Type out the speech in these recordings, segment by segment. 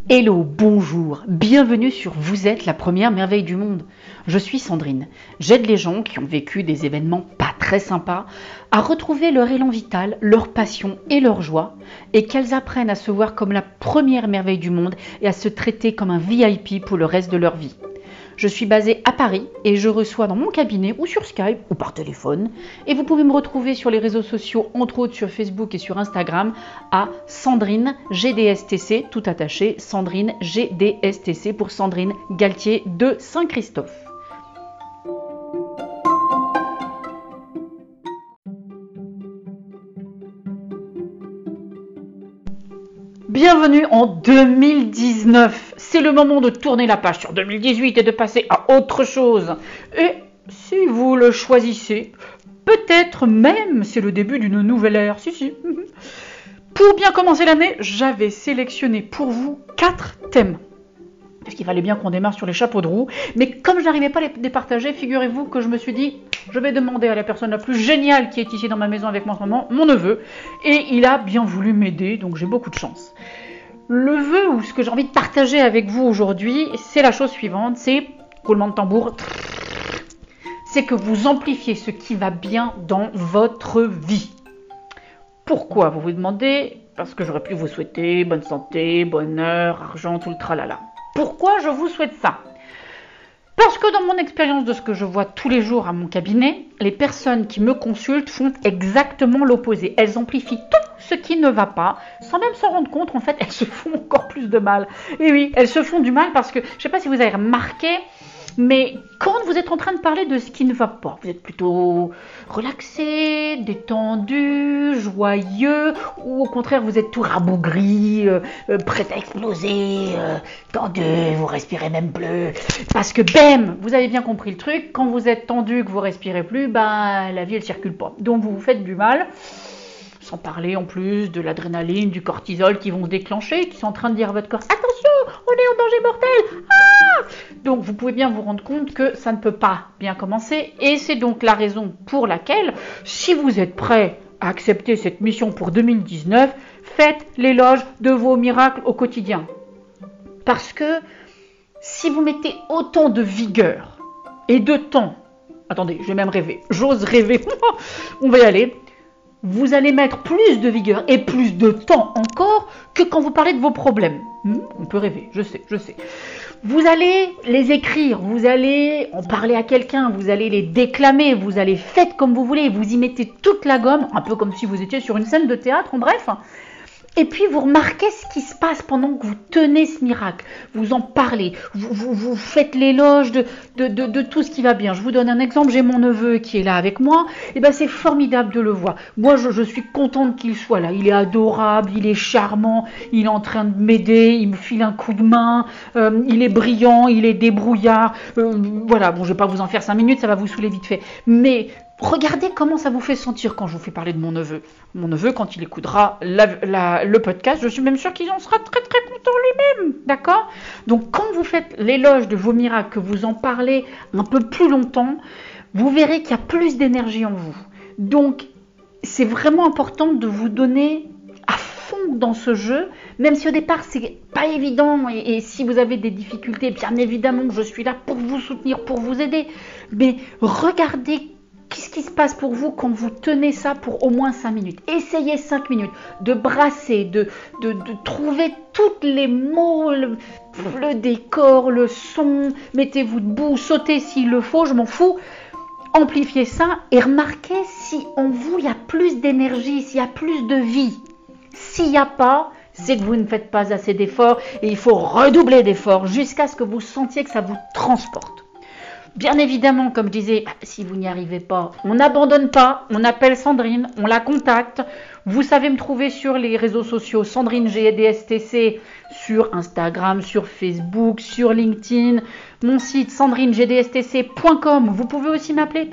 Hello, bonjour, bienvenue sur Vous êtes la première merveille du monde. Je suis Sandrine. J'aide les gens qui ont vécu des événements pas très sympas à retrouver leur élan vital, leur passion et leur joie et qu'elles apprennent à se voir comme la première merveille du monde et à se traiter comme un VIP pour le reste de leur vie. Je suis basée à Paris et je reçois dans mon cabinet ou sur Skype ou par téléphone. Et vous pouvez me retrouver sur les réseaux sociaux, entre autres sur Facebook et sur Instagram, à Sandrine GDSTC, tout attaché, Sandrine GDSTC pour Sandrine Galtier de Saint-Christophe. Bienvenue en 2019. C'est le moment de tourner la page sur 2018 et de passer à autre chose. Et si vous le choisissez, peut-être même c'est le début d'une nouvelle ère. Si. Pour bien commencer l'année, j'avais sélectionné pour vous 4 thèmes. Parce qu'il fallait bien qu'on démarre sur les chapeaux de roue. Mais comme je n'arrivais pas à les départager, figurez-vous que je me suis dit, je vais demander à la personne la plus géniale qui est ici dans ma maison avec moi en ce moment, mon neveu. Et il a bien voulu m'aider, donc j'ai beaucoup de chance. Le vœu ou ce que j'ai envie de partager avec vous aujourd'hui, c'est la chose suivante, c'est, roulement de tambour, c'est que vous amplifiez ce qui va bien dans votre vie. Pourquoi, vous vous demandez? Parce que j'aurais pu vous souhaiter bonne santé, bonheur, argent, tout le tralala. Pourquoi je vous souhaite ça? Parce que dans mon expérience de ce que je vois tous les jours à mon cabinet, les personnes qui me consultent font exactement l'opposé. Elles amplifient tout ce qui ne va pas, sans même s'en rendre compte, en fait, elles se font encore plus de mal. Et oui, elles se font du mal parce que, je ne sais pas si vous avez remarqué, mais quand vous êtes en train de parler de ce qui ne va pas, vous êtes plutôt relaxé, détendu, joyeux, ou au contraire vous êtes tout rabougri, prêt à exploser, tendu, vous respirez même plus. Parce que bam, vous avez bien compris le truc, quand vous êtes tendu, que vous respirez plus, la vie elle circule pas. Donc vous vous faites du mal. Sans parler en plus de l'adrénaline, du cortisol qui vont se déclencher, qui sont en train de dire à votre corps « Attention, on est en danger mortel !» Donc vous pouvez bien vous rendre compte que ça ne peut pas bien commencer. Et c'est donc la raison pour laquelle, si vous êtes prêt à accepter cette mission pour 2019, faites l'éloge de vos miracles au quotidien. Parce que si vous mettez autant de vigueur et de temps, attendez, je vais même rêver, j'ose rêver, on va y aller, vous allez mettre plus de vigueur et plus de temps encore que quand vous parlez de vos problèmes. On peut rêver, je sais. Vous allez les écrire, vous allez en parler à quelqu'un, vous allez les déclamer, vous allez faire comme vous voulez, vous y mettez toute la gomme, un peu comme si vous étiez sur une scène de théâtre, en bref. Et puis vous remarquez ce qui se passe pendant que vous tenez ce miracle. Vous en parlez, vous faites l'éloge de tout ce qui va bien. Je vous donne un exemple, j'ai mon neveu qui est là avec moi. Et c'est formidable de le voir. Moi je suis contente qu'il soit là. Il est adorable, il est charmant, il est en train de m'aider, il me file un coup de main, il est brillant, il est débrouillard. Voilà, bon je vais pas vous en faire 5 minutes, ça va vous saouler vite fait. Mais regardez comment ça vous fait sentir quand je vous fais parler de mon neveu. Mon neveu, quand il écoutera le podcast, je suis même sûre qu'il en sera très très content lui-même, d'accord? Donc quand vous faites l'éloge de vos miracles, que vous en parlez un peu plus longtemps, vous verrez qu'il y a plus d'énergie en vous. Donc c'est vraiment important de vous donner à fond dans ce jeu, même si au départ c'est pas évident et si vous avez des difficultés, bien évidemment je suis là pour vous soutenir, pour vous aider. Mais regardez qu'est-ce qui se passe pour vous quand vous tenez ça pour au moins 5 minutes? Essayez 5 minutes de brasser, de trouver tous les mots, le décor, le son, mettez-vous debout, sautez s'il le faut, je m'en fous. Amplifiez ça et remarquez si en vous il y a plus d'énergie, s'il y a plus de vie. S'il n'y a pas, c'est que vous ne faites pas assez d'efforts et il faut redoubler d'efforts jusqu'à ce que vous sentiez que ça vous transporte. Bien évidemment, comme je disais, si vous n'y arrivez pas, on n'abandonne pas, on appelle Sandrine, on la contacte. Vous savez me trouver sur les réseaux sociaux, Sandrine GDSTC, sur Instagram, sur Facebook, sur LinkedIn, mon site sandrinegdstc.com. Vous pouvez aussi m'appeler,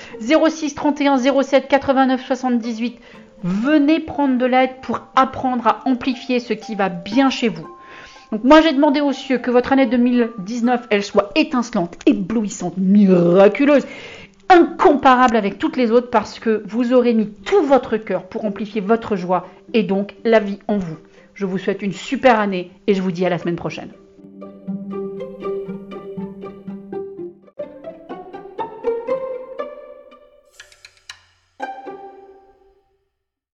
06 31 07 89 78. Venez prendre de l'aide pour apprendre à amplifier ce qui va bien chez vous. Donc moi j'ai demandé aux cieux que votre année 2019 elle soit étincelante, éblouissante, miraculeuse, incomparable avec toutes les autres parce que vous aurez mis tout votre cœur pour amplifier votre joie et donc la vie en vous. je vous souhaite une super année et je vous dis à la semaine prochaine.